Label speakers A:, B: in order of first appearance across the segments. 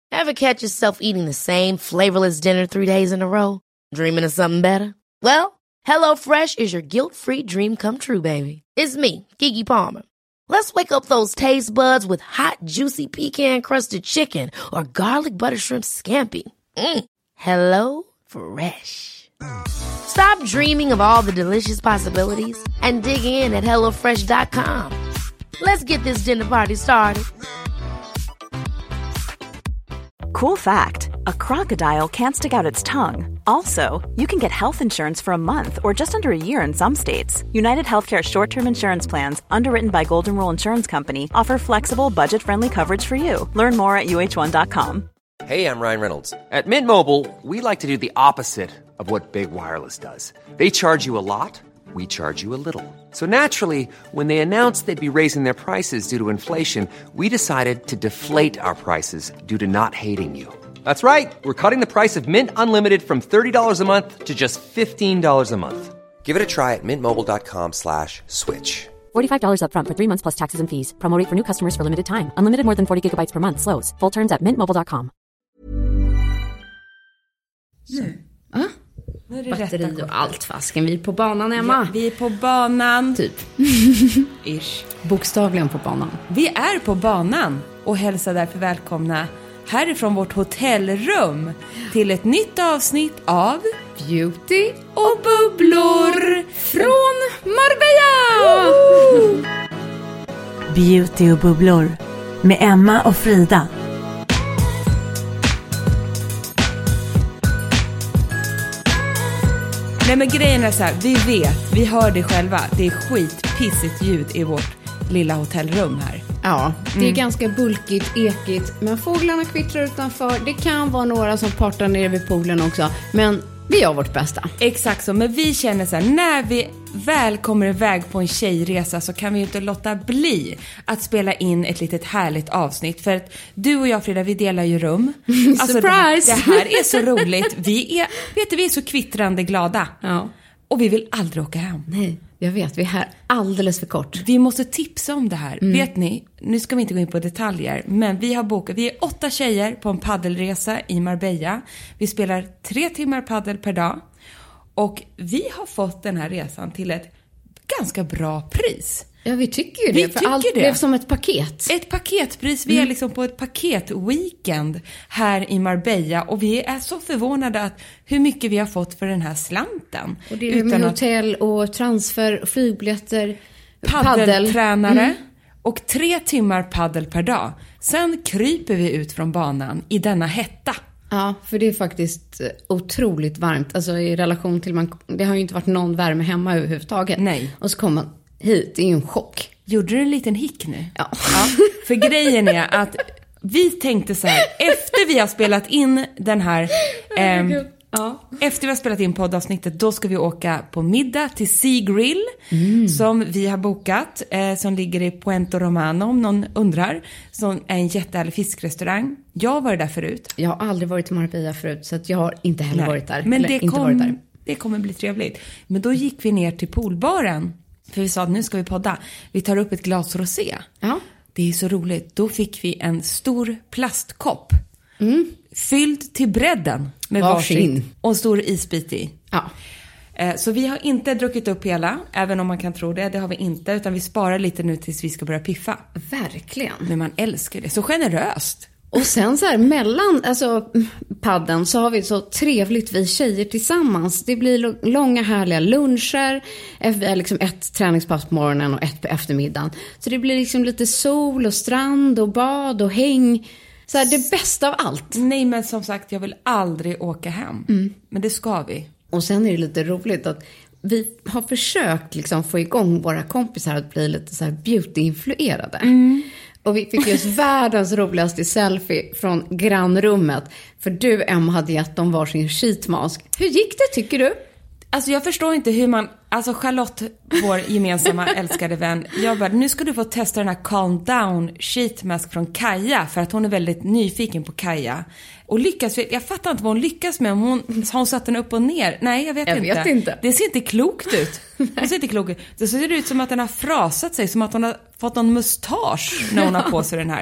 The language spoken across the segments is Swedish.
A: Ever catch yourself eating the same flavorless dinner 3 days in a row? Dreaming of something better? Well, HelloFresh is your guilt-free dream come true, baby. It's me, Keke Palmer. Let's wake up those taste buds with hot, juicy pecan-crusted chicken or garlic butter shrimp scampi. Hello Fresh. Stop dreaming of all the delicious possibilities and dig in at HelloFresh.com. Let's get this dinner party started.
B: Cool fact, a crocodile can't stick out its tongue. Also, you can get health insurance for a month or just under a year in some states. United Healthcare short-term insurance plans, underwritten by Golden Rule Insurance Company, offer flexible, budget-friendly coverage for you. Learn more at uh1.com.
C: Hey, I'm Ryan Reynolds. At Mint Mobile, we like to do the opposite of what Big Wireless does. They charge you a lot, we charge you a little. So naturally, when they announced they'd be raising their prices due to inflation, we decided to deflate our prices due to not hating you. That's right. We're cutting the price of Mint Unlimited from $30 a month to just $15 a month. Give it a try at mintmobile.com/switch.
D: $45 up front for 3 months plus taxes and fees. Promo rate for new customers for limited time. Unlimited more than 40 gigabytes per month. Slows full terms at mintmobile.com.
E: Batteri och allt fasken. Vi är på banan, Emma.
F: Ja, vi är på banan.
E: Typ.
F: Ish.
E: Bokstavligen på banan.
F: Vi är på banan och hälsar därför välkomna härifrån vårt hotellrum till ett nytt avsnitt av
E: Beauty
F: och bubblor
E: från Marbella.
G: Beauty och bubblor med Emma och Frida.
F: Nej, men grejen är så här, vi hör det själva. Det är skitpissigt ljud i vårt lilla hotellrum här.
E: Ja, det är ganska bulkigt, ekigt. Men fåglarna kvittrar utanför. Det kan vara några som partar nere vid poolen också. Men vi gör vårt bästa.
F: Exakt så, men vi känner så här, när vi väl kommer iväg på en tjejresa så kan vi ju inte låta bli att spela in ett litet härligt avsnitt. För att du och jag, Frida, vi delar ju rum. Alltså,
E: surprise!
F: Det här är så roligt. Vi är så kvittrande glada.
E: Ja.
F: Och vi vill aldrig åka hem.
E: Nej, jag vet. Vi är här alldeles för kort.
F: Vi måste tipsa om det här. Vet ni, nu ska vi inte gå in på detaljer. Men vi har bokat, vi är 8 tjejer på en paddelresa i Marbella. Vi spelar 3 timmar paddel per dag. Och vi har fått den här resan till ett ganska bra pris.
E: Ja, vi tycker ju det.
F: Vi
E: för
F: tycker
E: allt
F: det.
E: Blev som ett paket.
F: Ett paketpris. Vi är liksom på ett paketweekend här i Marbella. Och vi är så förvånade att hur mycket vi har fått för den här slanten.
E: Och det är med hotell och transfer och flygbiljetter.
F: Paddeltränare. Och 3 timmar paddel per dag. Sen kryper vi ut från banan i denna hetta.
E: Ja, för det är faktiskt otroligt varmt. Alltså i relation till det har ju inte varit någon värme hemma överhuvudtaget.
F: Nej.
E: Och så kommer man hit, det är ju en chock.
F: Gjorde du en liten hick nu?
E: Ja.
F: För grejen är att vi tänkte så här, efter vi har spelat in den här... Efter vi har spelat in poddavsnittet, då ska vi åka på middag till Sea Grill som vi har bokat, som ligger i Puerto Romano, om någon undrar, som är en jättehärlig fiskrestaurang. Jag var där förut.
E: Jag har aldrig varit i Marbella förut, så att jag har inte heller varit där.
F: Men
E: det
F: kommer bli trevligt. Men då gick vi ner till poolbaren, för vi sa att nu ska vi podda. Vi tar upp ett glas rosé.
E: Ja.
F: Det är så roligt. Då fick vi en stor plastkopp. Fylld till bredden med varsin och en stor isbit i.
E: Ja.
F: Så vi har inte druckit upp hela, även om man kan tro det. Det har vi inte, utan vi sparar lite nu tills vi ska börja piffa.
E: Verkligen.
F: Men man älskar det, så generöst.
E: Och sen så här mellan padden så har vi så trevligt vi tjejer tillsammans. Det blir långa härliga luncher. Vi har liksom ett träningspass på morgonen och ett på eftermiddagen. Så det blir liksom lite sol och strand och bad och häng. Så här, det bästa av allt.
F: Nej, men som sagt, jag vill aldrig åka hem. Men det ska vi.
E: Och sen är det lite roligt att vi har försökt liksom få igång våra kompisar att bli lite så här beauty-influerade. Och vi fick just världens roligaste selfie från grannrummet. För du, Emma, hade gett dem varsin sheetmask. Hur gick det, tycker du?
F: Alltså jag förstår inte hur man... Alltså Charlotte, vår gemensamma älskade vän, jag bara, nu ska du få testa den här Calm Down sheetmask från Kaja, för att hon är väldigt nyfiken på Kaja. Och lyckas, jag fattar inte vad hon lyckas med, om hon satt den upp och ner. Nej, jag vet inte. Det ser inte klokt ut. Det ser inte klokt ut. Det ser ut som att den har frasat sig, som att hon har fått någon mustasch när hon har på sig den här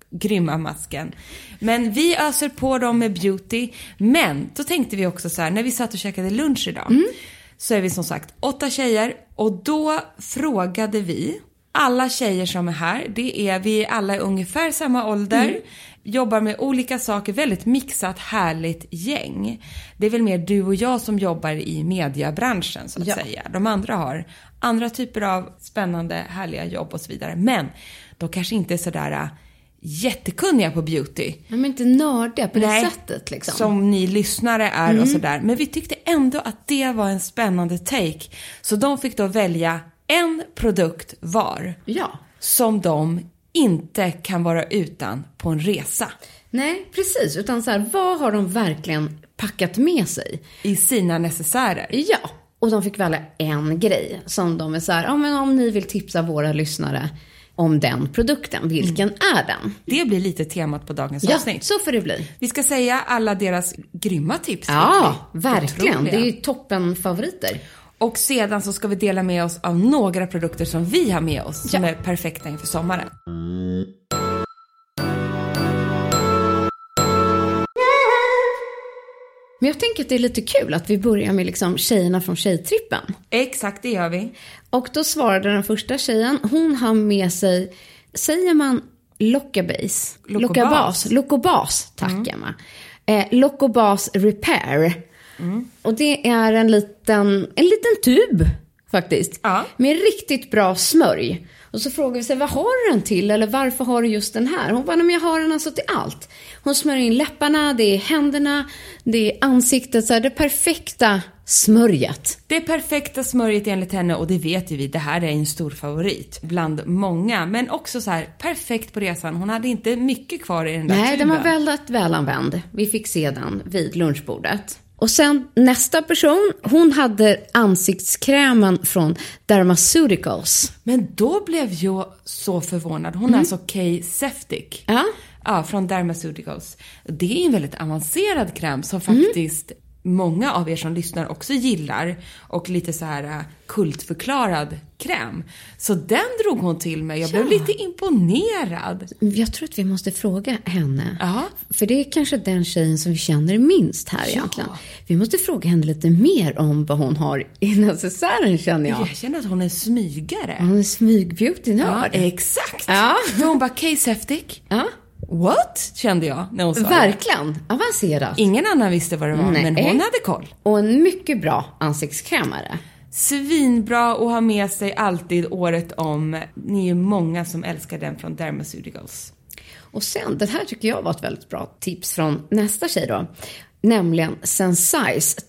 F: grymma masken. Men vi öser på dem med beauty. Men då tänkte vi också så här, när vi satt och käkade lunch idag, så är vi som sagt 8 tjejer. Och då frågade vi alla tjejer som är här, vi är alla i ungefär samma ålder, jobbar med olika saker, väldigt mixat, härligt gäng. Det är väl mer du och jag som jobbar i mediebranschen så att säga. De andra har andra typer av spännande, härliga jobb och så vidare. Men de kanske inte är sådär jättekunniga på beauty.
E: De är inte nördiga på det sättet liksom.
F: Som ni lyssnare är och sådär. Men vi tyckte ändå att det var en spännande take. Så de fick då välja en produkt var.
E: Ja.
F: Som de inte kan vara utan på en resa.
E: Nej, precis. Utan så här, vad har de verkligen packat med sig?
F: I sina necessärer.
E: Ja, och de fick välja en grej som de är så här, men om ni vill tipsa våra lyssnare om den produkten, vilken är den?
F: Det blir lite temat på dagens avsnitt.
E: Ja, så får det bli.
F: Vi ska säga alla deras grymma tips.
E: Ja, verkligen.
F: Otroliga.
E: Det är ju toppenfavoriter.
F: Och sedan så ska vi dela med oss av några produkter som vi har med oss som är perfekta inför sommaren.
E: Men jag tänker att det är lite kul att vi börjar med liksom tjejerna från tjejtrippen.
F: Exakt, det gör vi.
E: Och då svarade den första tjejen, hon har med sig, säger man Locabase? Locobas, tack Emma. Locobas Repair. Och det är en liten tub faktiskt.
F: Ja.
E: Med riktigt bra smörj. Och så frågar vi sig, vad har du den till? Eller varför har du just den här? Hon bara, men jag har den alltså till allt. Hon smörjer in läpparna, det är händerna, det är ansiktet. Så här, det perfekta smörjet.
F: Det perfekta smörjet enligt henne, och det vet ju vi, det här är en stor favorit bland många. Men också så här, perfekt på resan. Hon hade inte mycket kvar i den där tuben.
E: Den var väldigt välanvänd. Vi fick se den vid lunchbordet. Och sen nästa person, hon hade ansiktskrämen från Dermaceuticals.
F: Men då blev jag så förvånad. Hon är alltså Kay Septic. Ja, från Dermaceuticals. Det är en väldigt avancerad kräm som faktiskt många av er som lyssnar också gillar. Och lite så här kultförklarad kräm. Så den drog hon till mig. Jag blev lite imponerad.
E: Jag tror att vi måste fråga henne.
F: Ja.
E: För det är kanske den tjejen som vi känner minst här egentligen. Vi måste fråga henne lite mer om vad hon har i necessären, känner jag.
F: Jag känner att hon är smygare.
E: Hon är smygbeauty-nörd.
F: Ja, exakt.
E: Ja.
F: För hon bara, Kay Septic.
E: Ja.
F: What? Kände jag när hon sa det.
E: Verkligen. Avancerat.
F: Ingen annan visste vad det var, men hon hade koll.
E: Och en mycket bra ansiktskrämare.
F: Svinbra att ha med sig alltid året om. Ni är många som älskar den från Dermaceuticals.
E: Och sen, det här tycker jag var ett väldigt bra tips från nästa tjej då. Nämligen Sensai's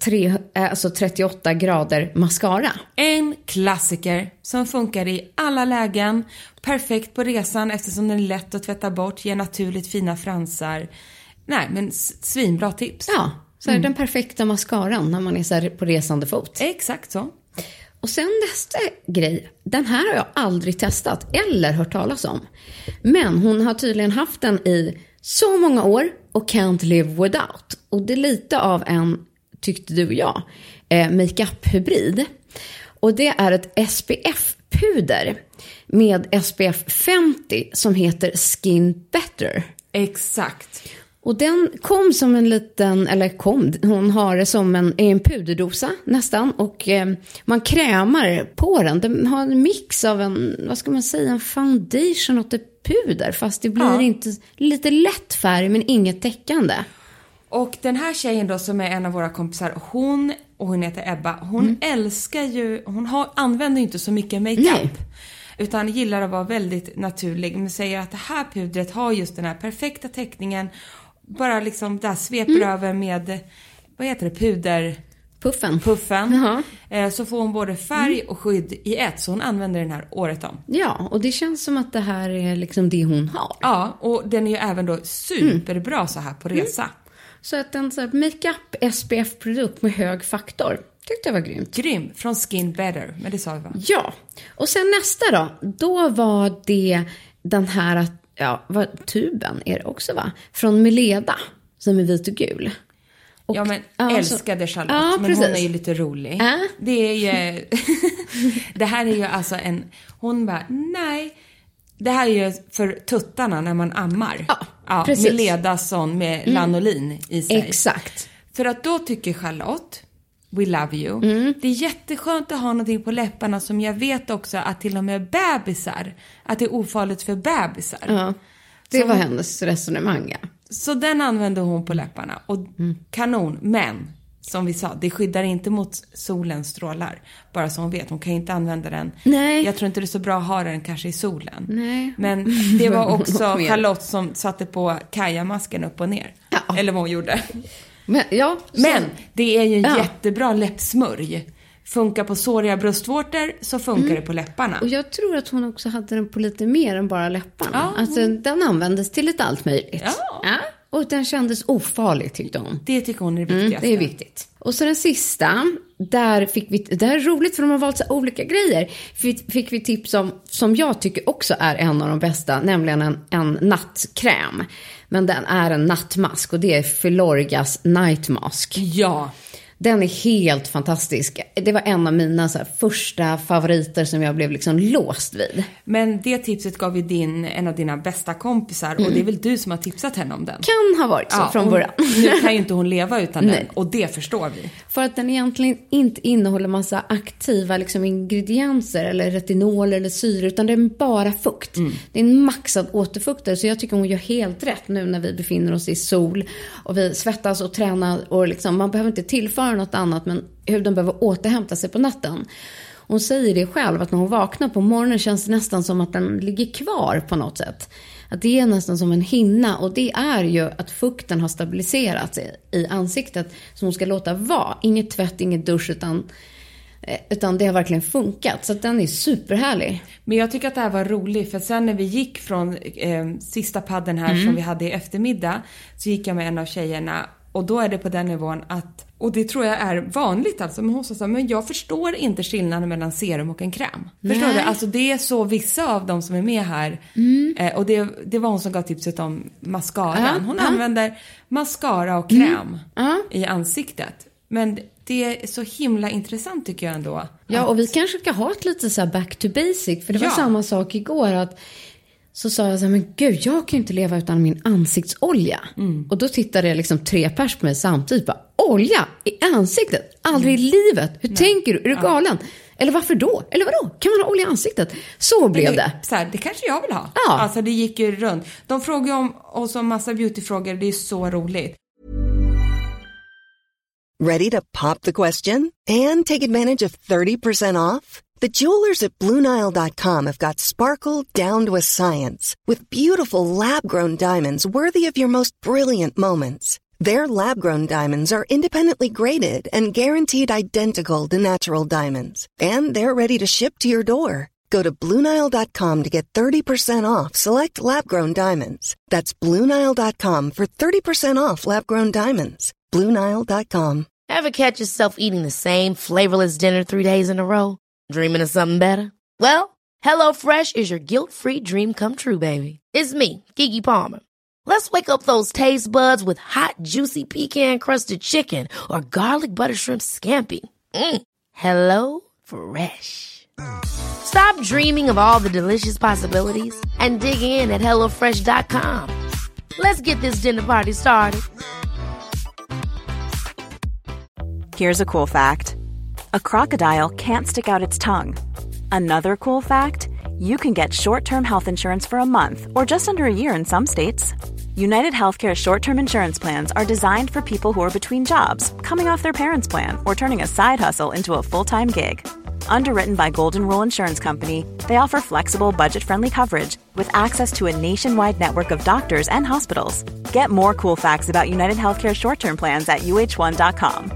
E: 38 grader mascara.
F: En klassiker som funkar i alla lägen. Perfekt på resan eftersom den är lätt att tvätta bort. Ger naturligt fina fransar. Nej, men svinbra tips.
E: Ja, så är den perfekta mascaran när man är så här på resande fot.
F: Exakt så.
E: Och sen nästa grej, den här har jag aldrig testat eller hört talas om. Men hon har tydligen haft den i så många år och can't live without. Och det är lite av en, tyckte du och jag, makeup-hybrid. Och det är ett SPF-puder med SPF 50 som heter Skin Better.
F: Exakt.
E: Och den kom som en liten, hon har det som en puderdosa nästan. Och man krämar på den. Den har en mix av en foundation och ett puder. Fast det blir inte lite lätt färg men inget täckande.
F: Och den här tjejen då som är en av våra kompisar, hon heter Ebba. Hon älskar ju, använder ju inte så mycket makeup.
E: Nej.
F: Utan gillar att vara väldigt naturlig. Men säger att det här pudret har just den här perfekta täckningen. Bara liksom där sveper över med, vad heter det, puffen. Så får hon både färg och skydd i ett. Så hon använder den här året om.
E: Ja, och det känns som att det här är liksom det hon har.
F: Ja, och den är ju även då superbra så här på resa.
E: Så att en så här makeup SPF-produkt med hög faktor tyckte jag var grymt.
F: Grym, från Skin Better, men det sa vi va?
E: Ja, och sen nästa då var det den här, vad tuben är det också va? Från Mileda, som är vit och gul. Och,
F: ja, men älskade Charlotte, men
E: precis.
F: hon är ju lite rolig. Det är ju, det här är ju alltså hon bara, nej, Det här är ju för tuttarna när man ammar.
E: Ja, precis.
F: Med Ledason med lanolin i sig.
E: Exakt.
F: För att då tycker Charlotte, we love you. Det är jätteskönt att ha någonting på läpparna som jag vet också att till och med bebisar, att det är ofarligt för bebisar.
E: Ja, det var hennes resonemang, ja.
F: Så den använde hon på läpparna. Och kanon, men som vi sa, det skyddar inte mot solens strålar. Bara så hon vet, hon kan inte använda den.
E: Nej.
F: Jag tror inte det är så bra att ha den kanske i solen.
E: Nej.
F: Men det var också Charlotte som satte på Kaja-masken upp och ner.
E: Ja.
F: Eller vad hon gjorde.
E: Men
F: det är ju en jättebra läppsmörj. Funkar på såriga bröstvårtor så funkar det på läpparna.
E: Och jag tror att hon också hade den på lite mer än bara läpparna. Ja. Alltså den användes till lite allt möjligt. Ja. Och den kändes ofarlig, tyckte hon.
F: Det tycker hon är det viktigaste.
E: Det är viktigt. Och så den sista, där fick vi, det här är roligt för de har valt så olika grejer. Fick vi tips som jag tycker också är en av de bästa, nämligen en nattkräm. Men den är en nattmask och det är Filorgas Night Mask. Ja. Den är helt fantastisk. Det var en av mina så här, första favoriter som jag blev liksom låst vid.
F: Men det tipset gav ju en av dina bästa kompisar. Och det är väl du som har tipsat henne om den?
E: Kan ha varit så från början.
F: Nu kan ju inte hon leva utan den. Och det förstår vi.
E: För att den egentligen inte innehåller massa aktiva liksom, ingredienser eller retinol eller syre. Utan det är bara fukt. Det är en maxad återfuktare. Så jag tycker hon gör helt rätt nu när vi befinner oss i sol. Och vi svettas och tränar. Och liksom, man behöver inte tillföra något annat, men huden behöver återhämta sig på natten. Hon säger det själv, att när hon vaknar på morgonen känns det nästan som att den ligger kvar på något sätt. Att det är nästan som en hinna, och det är ju att fukten har stabiliserats i ansiktet som hon ska låta vara. Inget tvätt, inget dusch, utan det har verkligen funkat. Så att den är superhärlig.
F: Men jag tycker att det här var roligt, för sen när vi gick från sista padden här som vi hade i eftermiddag, så gick jag med en av tjejerna. Och då är det på den nivån att, och det tror jag är vanligt alltså, men hon sa så här, men jag förstår inte skillnaden mellan serum och en kräm. Förstår du? Alltså det är så vissa av dem som är med här, och det var hon som gav tipset om mascaran. Hon använder mascara och kräm i ansiktet. Men det är så himla intressant tycker jag ändå.
E: Ja, och vi kanske ska ha ett lite så här back to basic, för det var samma sak igår att så sa jag så här, men gud, jag kan ju inte leva utan min ansiktsolja. Och då tittade jag liksom 3 pers på mig samtidigt. Bara, olja i ansiktet? Aldrig i livet. Hur tänker du? Är du galen? Eller varför då? Eller vadå? Kan man ha olja i ansiktet? Så blev det.
F: Så här, det kanske jag vill ha. Ja. Alltså det gick ju runt. De frågar om oss om massa beautyfrågor. Det är så roligt.
H: Ready to pop the question and take advantage of 30% off? The jewelers at BlueNile.com have got sparkle down to a science with beautiful lab-grown diamonds worthy of your most brilliant moments. Their lab-grown diamonds are independently graded and guaranteed identical to natural diamonds. And they're ready to ship to your door. Go to BlueNile.com to get 30% off select lab-grown diamonds. That's BlueNile.com for 30% off lab-grown diamonds. BlueNile.com.
A: Ever catch yourself eating the same flavorless dinner 3 days in a row? Dreaming of something better? Well, HelloFresh is your guilt-free dream come true, baby. It's me, Keke Palmer. Let's wake up those taste buds with hot, juicy pecan-crusted chicken or garlic butter shrimp scampi. Hello Fresh. Stop dreaming of all the delicious possibilities and dig in at HelloFresh.com. Let's get this dinner party started.
B: Here's a cool fact. A crocodile can't stick out its tongue. Another cool fact, you can get short-term health insurance for a month or just under a year in some states. United Healthcare short-term insurance plans are designed for people who are between jobs, coming off their parents' plan, or turning a side hustle into a full-time gig. Underwritten by Golden Rule Insurance Company, they offer flexible, budget-friendly coverage with access to a nationwide network of doctors and hospitals. Get more cool facts about United Healthcare short-term plans at uh1.com.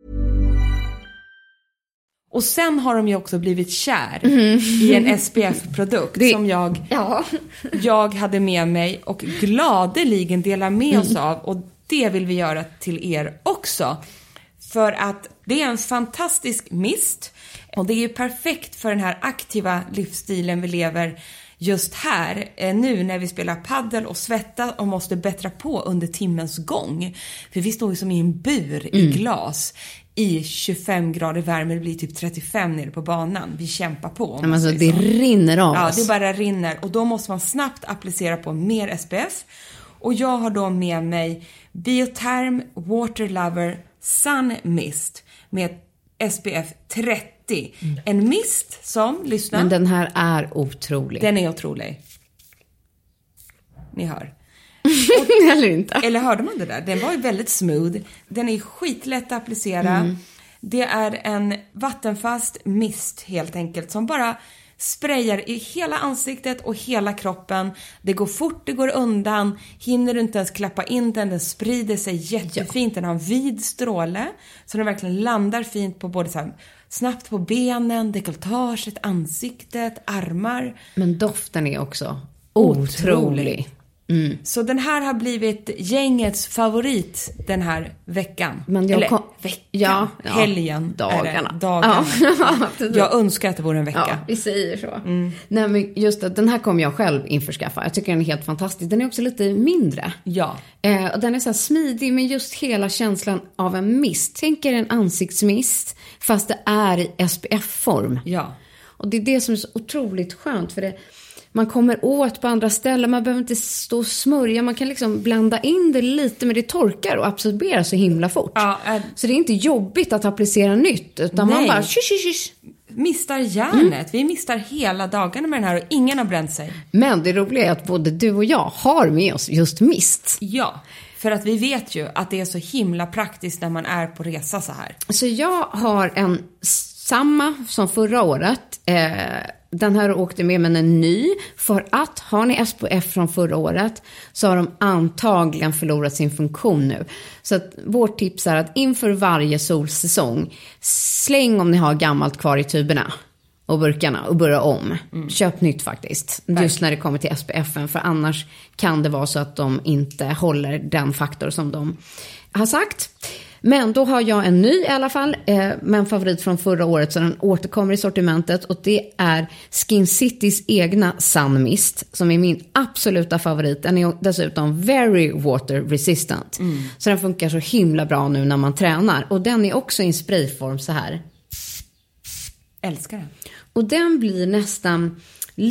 F: Och sen har de ju också blivit kär i en SPF-produkt som jag hade med mig och gladeligen delar med oss av. Och det vill vi göra till er också. För att det är en fantastisk mist. Och det är ju perfekt för den här aktiva livsstilen vi lever just här, nu när vi spelar paddel och svettas och måste bättra på under timmens gång. För vi står ju som i en bur i glas i 25 grader värme, det blir typ 35 nere på banan. Vi kämpar på.
E: Men alltså, det rinner av oss.
F: Ja, det bara rinner. Och då måste man snabbt applicera på mer SPF. Och jag har då med mig Biotherm Water Lover Sun Mist med SPF 30. En mist som, lyssna.
E: Men den här är otrolig.
F: Den är otrolig. Ni hör.
E: Eller inte.
F: Eller hörde man det där? Den var ju väldigt smooth. Den är skitlätt att applicera. Det är en vattenfast mist helt enkelt som bara sprayar i hela ansiktet och hela kroppen. Det går fort, det går undan. Hinner du inte ens klappa in den, den sprider sig jättefint. Den har en vid stråle så den verkligen landar fint på både så här, snabbt på benen, dekolletaget, ansiktet, armar.
E: Men doften är också otrolig.
F: Så den här har blivit gängets favorit den här veckan.
E: Men
F: helgen.
E: Dagarna.
F: Ja. Jag önskar att det vore en vecka.
E: Ja, vi säger så. Nej, men just det, den här kommer jag själv införskaffa. Jag tycker den är helt fantastisk. Den är också lite mindre.
F: Ja.
E: Och den är så här smidig, men just hela känslan av en mist. Tänk er en ansiktsmist, fast det är i SPF-form.
F: Ja.
E: Och det är det som är så otroligt skönt, för det man kommer åt på andra ställen, man behöver inte stå och smörja, man kan liksom blanda in det lite, men det torkar och absorberar så himla fort. Så det är inte jobbigt att applicera nytt, utan man bara
F: mistar järnet. Vi mistar hela dagarna med den här och ingen har bränt sig.
E: Men det roliga är att både du och jag har med oss just mist.
F: Ja, för att vi vet ju att det är så himla praktiskt när man är på resa så här.
E: Så jag har en samma som förra året. Den här åkte med, men en ny. För att har ni SPF från förra året så har de antagligen förlorat sin funktion nu. Så att vårt tips är att inför varje solsäsong, släng om ni har gammalt kvar i tuberna och burkarna och börja om. Köp nytt faktiskt. Just när det kommer till SPF:en, för annars kan det vara så att de inte håller den faktor som de har sagt. Men då har jag en ny i alla fall, med en favorit från förra året, så den återkommer i sortimentet, och det är Skin Citys egna Sun Mist, som är min absoluta favorit. Den är dessutom very water resistant. Så den funkar så himla bra nu när man tränar, och den är också i en sprayform så här.
F: Älskar den.
E: Och den blir nästan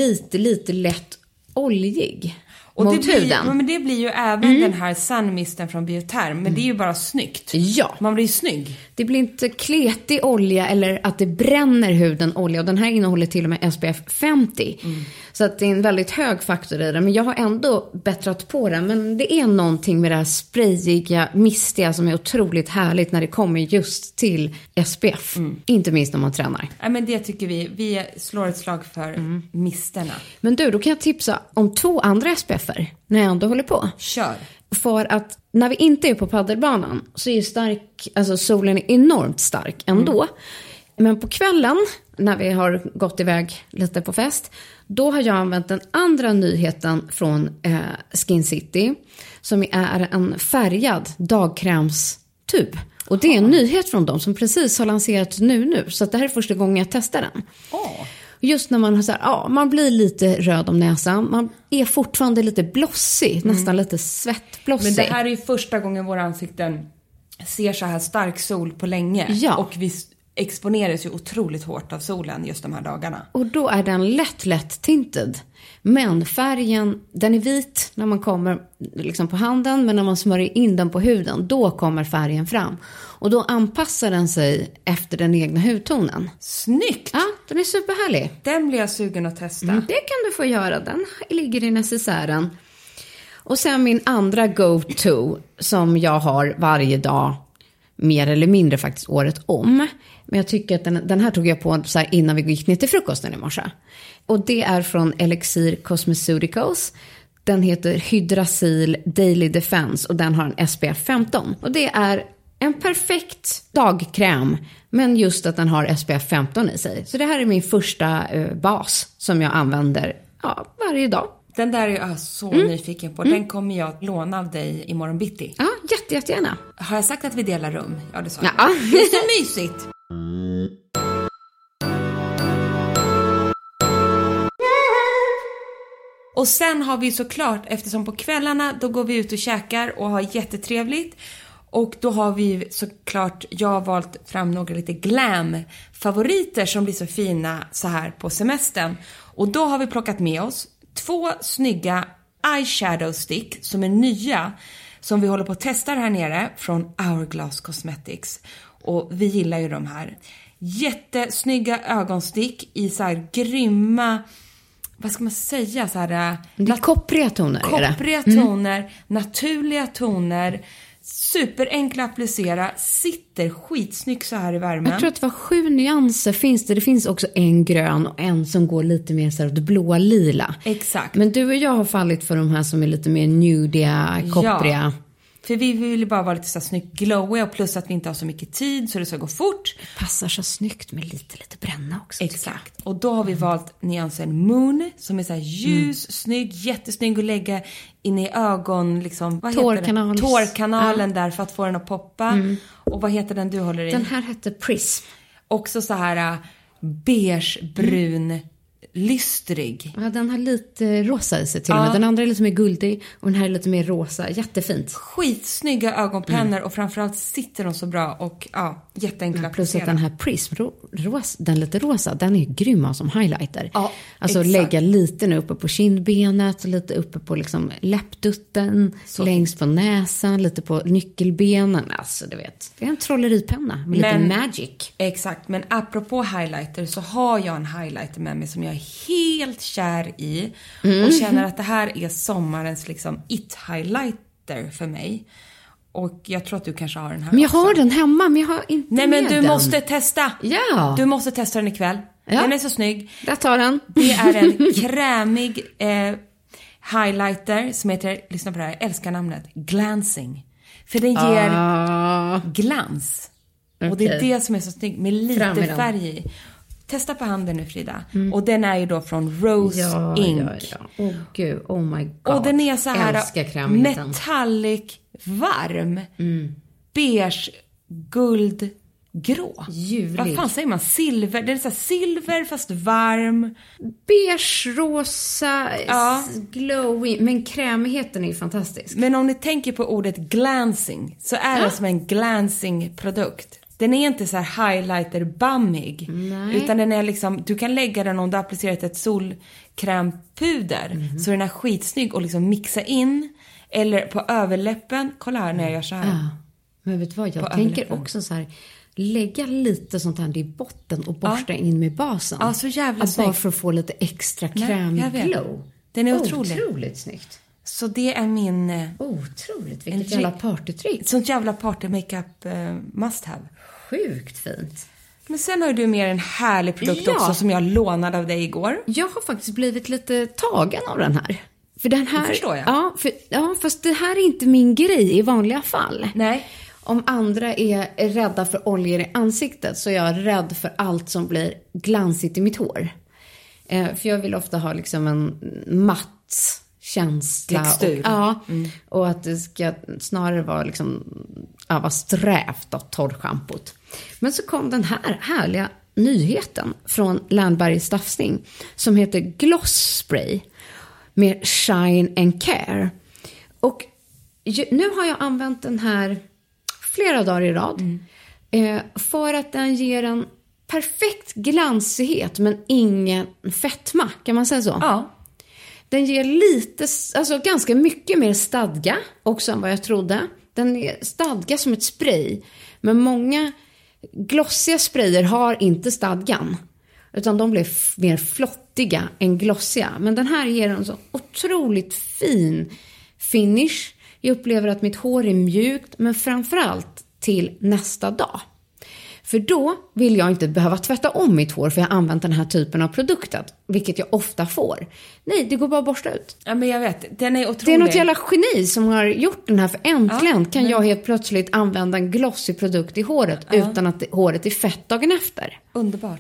E: lite lätt oljig.
F: Och men det blir ju även den här sunmisten från Biotherm. Men det är ju bara snyggt.
E: Ja.
F: Man blir ju snygg.
E: Det blir inte kletig olja eller att det bränner huden olja. Och den här innehåller till och med SPF 50. Så att det är en väldigt hög faktor i den. Men jag har ändå bättrat på den. Men det är någonting med det här sprayiga, mistiga som är otroligt härligt när det kommer just till SPF. Inte minst när man tränar.
F: Ja, men det tycker vi. Vi slår ett slag för misterna.
E: Men du, då kan jag tipsa om 2 andra SPF när jag ändå håller på.
F: Kör.
E: För att när vi inte är på paddelbanan så är solen är enormt stark ändå. Men på kvällen när vi har gått iväg lite på fest, då har jag använt den andra nyheten från Skin City, som är en färgad dagkrämstub. Och det är en nyhet från dem som precis har lanserat nu. Så att det här är första gången jag testar den. Just när man har så här, man blir lite röd om näsan. Man är fortfarande lite blossig, nästan lite svettblossig.
F: Men det här är ju första gången våra ansikten ser så här stark sol på länge.
E: Ja.
F: Och vi exponeras ju otroligt hårt av solen just de här dagarna.
E: Och då är den lätt tinted. Men färgen, den är vit när man kommer liksom på handen, men när man smörjer in den på huden, då kommer färgen fram. Och då anpassar den sig efter den egna hudtonen.
F: Snyggt!
E: Ja, den är superhärlig.
F: Den blir jag sugen att testa.
E: Det kan du få göra, den ligger i necessären. Och sen min andra go-to som jag har varje dag, mer eller mindre faktiskt året om. Men jag tycker att den här tog jag på så här innan vi gick ner till frukosten i morse. Och det är från Elixir Cosmeceuticals. Den heter Hydrasil Daily Defense och den har en SPF 15. Och det är en perfekt dagkräm, men just att den har SPF 15 i sig. Så det här är min första bas som jag använder varje dag.
F: Den där är jag så nyfiken på. Den kommer jag att låna av dig imorgon bitti.
E: Ja, jättegärna.
F: Har jag sagt att vi delar rum? Ja, det sa jag.
E: Ja.
F: Det är så mysigt. Och sen har vi såklart, eftersom på kvällarna då går vi ut och käkar och har jättetrevligt. Och då har vi såklart, jag har valt fram några lite glam-favoriter som blir så fina så här på semestern. Och då har vi plockat med oss 2 snygga eyeshadow stick som är nya. Som vi håller på att testa här nere från Hourglass Cosmetics. Och vi gillar ju de här. Jättesnygga ögonstick i så här grymma, vad ska man säga, så här...
E: Det är koppriga toner.
F: Koppriga toner, naturliga toner. Superenkla att applicera, sitter skitsnyggt så här i värmen.
E: Jag tror att det var 7 nyanser finns det. Det finns också en grön och en som går lite mer så här åt blåa-lila.
F: Exakt.
E: Men du och jag har fallit för de här som är lite mer nudiga, koppriga.
F: Ja. För vi vill bara vara lite så snyggt glowy och plus att vi inte har så mycket tid så det ska gå fort.
E: Det passar så snyggt med lite bränna också.
F: Exakt. Och då har vi valt nyansen Moon som är så här ljus, snygg, jättesnygg att lägga in i ögon liksom, vad heter det? Tårkanalen där för att få den att poppa. Och vad heter den du håller i?
E: Den här heter Prism.
F: Också så här beige, brun, lystrig.
E: Ja, den har lite rosa i sig till och med. Den andra är lite mer guldig och den här är lite mer rosa. Jättefint.
F: Skitsnygga ögonpennor och framförallt sitter de så bra och jätteenkla att
E: plus att den här Prism, den lite rosa, den är grymma som highlighter.
F: Ja,
E: alltså
F: exakt.
E: Lägga lite nu uppe på kindbenet, lite uppe på liksom läppdutten, så längst på näsan, lite på nyckelbenen. Alltså du vet, det är en trolleripenna med lite magic.
F: Exakt, men apropå highlighter så har jag en highlighter med mig som jag är helt kär i och känner att det här är sommarens liksom it-highlighter för mig. Och jag tror att du kanske har den här.
E: Men jag
F: också.
E: har den hemma, men jag har inte
F: Nej, men du måste testa.
E: Ja.
F: Du måste testa den ikväll.
E: Ja.
F: Den är så snygg.
E: Jag tar den.
F: Det är en krämig highlighter som heter, lyssna på det här, jag älskar namnet, Glancing. För den ger glans. Okay. Och det är det som är så snygg med lite färg i. Testa på handen nu, Frida. Och den är ju då från Rose Ink.
E: Åh gud, oh my god.
F: Och den är så här metallic varm. Beige, guld, grå.
E: Ljuvlig.
F: Vad fan säger man? Silver. Det är så här silver fast varm.
E: Beige, rosa, glowy. Men krämigheten är ju fantastisk.
F: Men om ni tänker på ordet glancing så är det som en glancing produkt. Den är inte så här highlighter-bammig. Utan den är liksom, du kan lägga den om du har applicerat ett solkrämpuder. Så den är skitsnygg och liksom mixa in. Eller på överläppen. Kolla här när jag gör så här.
E: Ja. Men vet du vad, jag tänker också så här. Lägga lite sånt här i botten och borsta in med basen.
F: Ja, så jävla snyggt.
E: Bara för att få lite extra krämig glow.
F: Den är
E: otroligt snyggt.
F: Så det är min...
E: Otroligt, vilket jävla partytrick.
F: Sånt jävla party-makeup must have.
E: Sjukt fint.
F: Men sen har du med en härlig produkt också som jag lånade av dig igår.
E: Jag har faktiskt blivit lite tagen av den här. För den här...
F: Det förstår jag.
E: Fast det här är inte min grej i vanliga fall.
F: Nej.
E: Om andra är rädda för oljor i ansiktet så är jag rädd för allt som blir glansigt i mitt hår. För jag vill ofta ha liksom en matt känsla.
F: Textur.
E: Och att det ska snarare vara liksom, vara strävt av torrschampot. Men så kom den här härliga nyheten från Landbergs Staffsning som heter Gloss Spray med Shine and Care. Och nu har jag använt den här flera dagar i rad för att den ger en perfekt glansighet men ingen fetma, kan man säga så?
F: Ja.
E: Den ger lite, alltså ganska mycket mer stadga också än vad jag trodde. Den är stadga som ett spray. Men många glossiga sprayer har inte stadgan. Utan de blir mer flottiga än glossiga. Men den här ger en så otroligt fin finish. Jag upplever att mitt hår är mjukt, men framförallt till nästa dag. För då vill jag inte behöva tvätta om mitt hår för jag har använt den här typen av produkter, vilket jag ofta får. Nej, det går bara att borsta ut.
F: Ja, men jag vet, den är otrolig.
E: Det är något jävla geni som har gjort den här, för äntligen kan jag helt plötsligt använda en glossig produkt i håret utan att håret är fett dagen efter.
F: Underbart.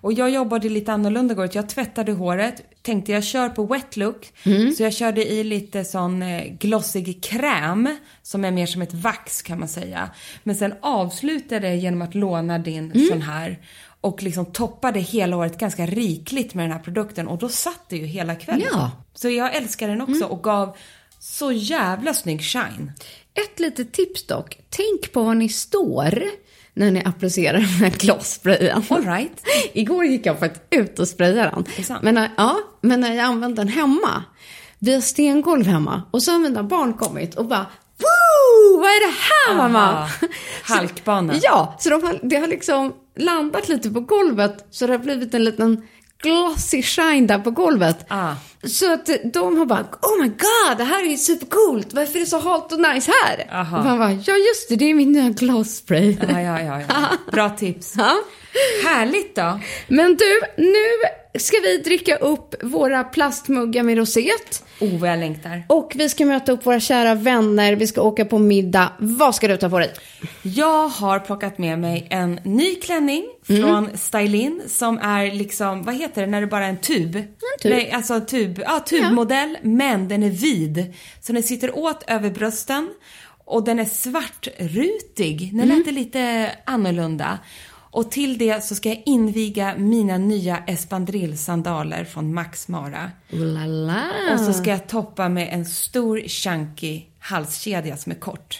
F: Och jag jobbade lite annorlunda igår. Jag tvättade håret. Tänkte jag kör på wet look. Så jag körde i lite sån glossig kräm. Som är mer som ett vax kan man säga. Men sen avslutade jag genom att låna din sån här. Och liksom toppade hela håret ganska rikligt med den här produkten. Och då satt det ju hela kvällen. Ja. Så jag älskar den också och gav så jävla snygg shine.
E: Ett litet tips dock. Tänk på var ni står när ni applicerar den här glassprayen.
F: All right.
E: Igår gick jag faktiskt ut och sprayade den. Men när jag använde den hemma. Vi har stengolv hemma. Och så har mina barn kommit och bara... Woo! Vad är det här, mamma?
F: Halkbanan.
E: Ja, så det har liksom landat lite på golvet. Så det har blivit en liten glossy shine där på golvet. Så att de har bara, oh my god, det här är ju supercoolt. Varför är det så halt och nice här? Och man bara, ja just det är min nya glossspray.
F: Ja. Bra tips. Härligt då.
E: Men du, nu ska vi dricka upp våra plastmuggar med roset.
F: Vad jag längtar.
E: Och vi ska möta upp våra kära vänner. Vi ska åka på middag. Vad ska du ta på dig?
F: Jag har plockat med mig en ny klänning från Stylin. Som är liksom, vad heter det när det bara är en tub? Nej, alltså tubmodell. Men den är vid. Så den sitter åt över brösten. Och den är svartrutig. Den lät lite annorlunda. Och till det så ska jag inviga mina nya Espadrille-sandaler från Max Mara. Och så ska jag toppa med en stor chunky halskedja som är kort.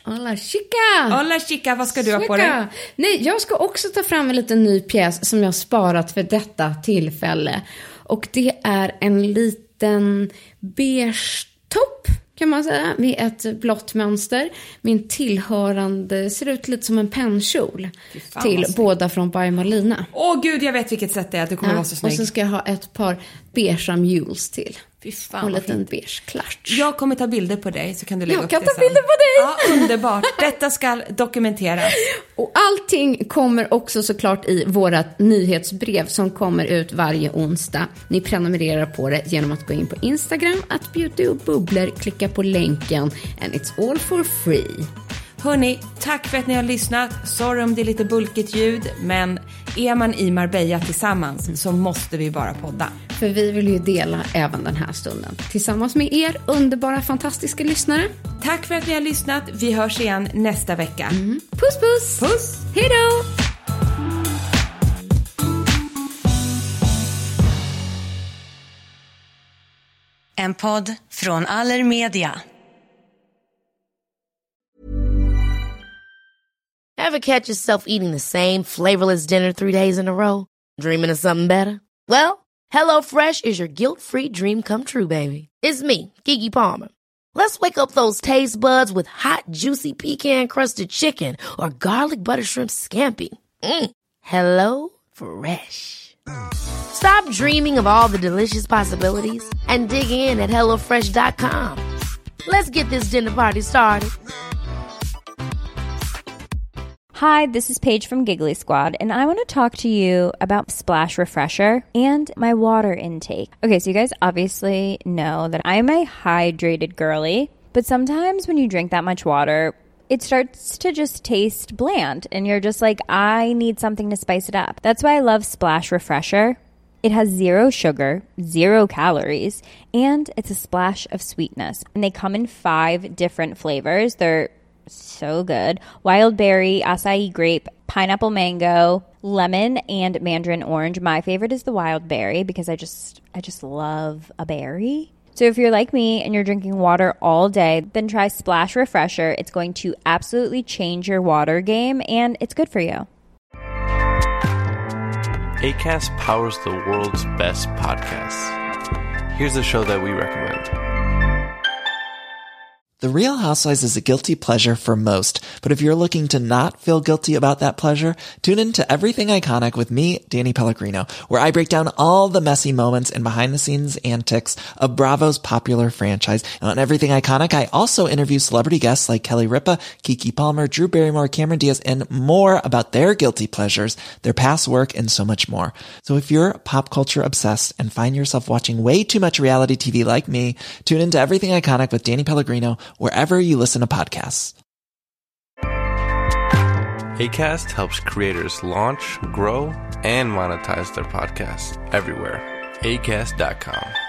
F: Hola chica, vad ska du ha på dig?
E: Nej, jag ska också ta fram en liten ny pjäs som jag har sparat för detta tillfälle. Och det är en liten beige topp. Kan man säga, med ett blått mönster. Min tillhörande ser ut lite som en pennkjol. Till båda från By Malina.
F: Gud, jag vet vilket sätt det är. Det kommer vara så snygg.
E: Och så ska jag ha ett par beige mules till.
F: Fy fan,
E: och en liten beige klart.
F: Jag kommer ta bilder på dig så kan du lägga upp det sen.
E: Jag kan ta bilder på
F: Ja,
E: dig.
F: underbart. Detta ska dokumenteras.
E: Och allting kommer också såklart i vårat nyhetsbrev som kommer ut varje onsdag. Ni prenumererar på det genom att gå in på Instagram @beautyobubblor, klicka på länken and it's all for free.
F: Hörrni, tack för att ni har lyssnat. Sorry om det är lite bulkigt ljud, men är man i Marbella tillsammans så måste vi bara podda.
E: För vi vill ju dela även den här stunden tillsammans med er underbara, fantastiska lyssnare.
F: Tack för att ni har lyssnat. Vi hörs igen nästa vecka.
E: Puss, puss!
F: Puss!
E: Hej då!
I: En podd från Allermedia.
A: Ever catch yourself eating the same flavorless dinner 3 days in a row? Dreaming of something better? Well, HelloFresh is your guilt-free dream come true, baby. It's me, Keke Palmer. Let's wake up those taste buds with hot, juicy pecan-crusted chicken or garlic butter shrimp scampi. Hello Fresh. Stop dreaming of all the delicious possibilities and dig in at HelloFresh.com. Let's get this dinner party started.
J: Hi, this is Paige from Giggly Squad, and I want to talk to you about Splash Refresher and my water intake. Okay, so you guys obviously know that I'm a hydrated girly, but sometimes when you drink that much water, it starts to just taste bland, and you're just like, I need something to spice it up. That's why I love Splash Refresher. It has 0 sugar, 0 calories, and it's a splash of sweetness. And they come in 5 different flavors. They're so good. Wild berry, acai grape, pineapple mango, lemon, and mandarin orange. My favorite is the wild berry because I just love a berry. So if you're like me and you're drinking water all day, then try Splash Refresher. It's going to absolutely change your water game, and it's good for you.
K: Acast powers the world's best podcasts. Here's a show that we recommend.
L: The Real Housewives is a guilty pleasure for most, but if you're looking to not feel guilty about that pleasure, tune in to Everything Iconic with me, Danny Pellegrino, where I break down all the messy moments and behind-the-scenes antics of Bravo's popular franchise. And on Everything Iconic, I also interview celebrity guests like Kelly Ripa, Keke Palmer, Drew Barrymore, Cameron Diaz, and more about their guilty pleasures, their past work, and so much more. So if you're pop culture obsessed and find yourself watching way too much reality TV like me, tune in to Everything Iconic with Danny Pellegrino, wherever you listen to podcasts.
K: Acast helps creators launch, grow, and monetize their podcasts everywhere. Acast.com.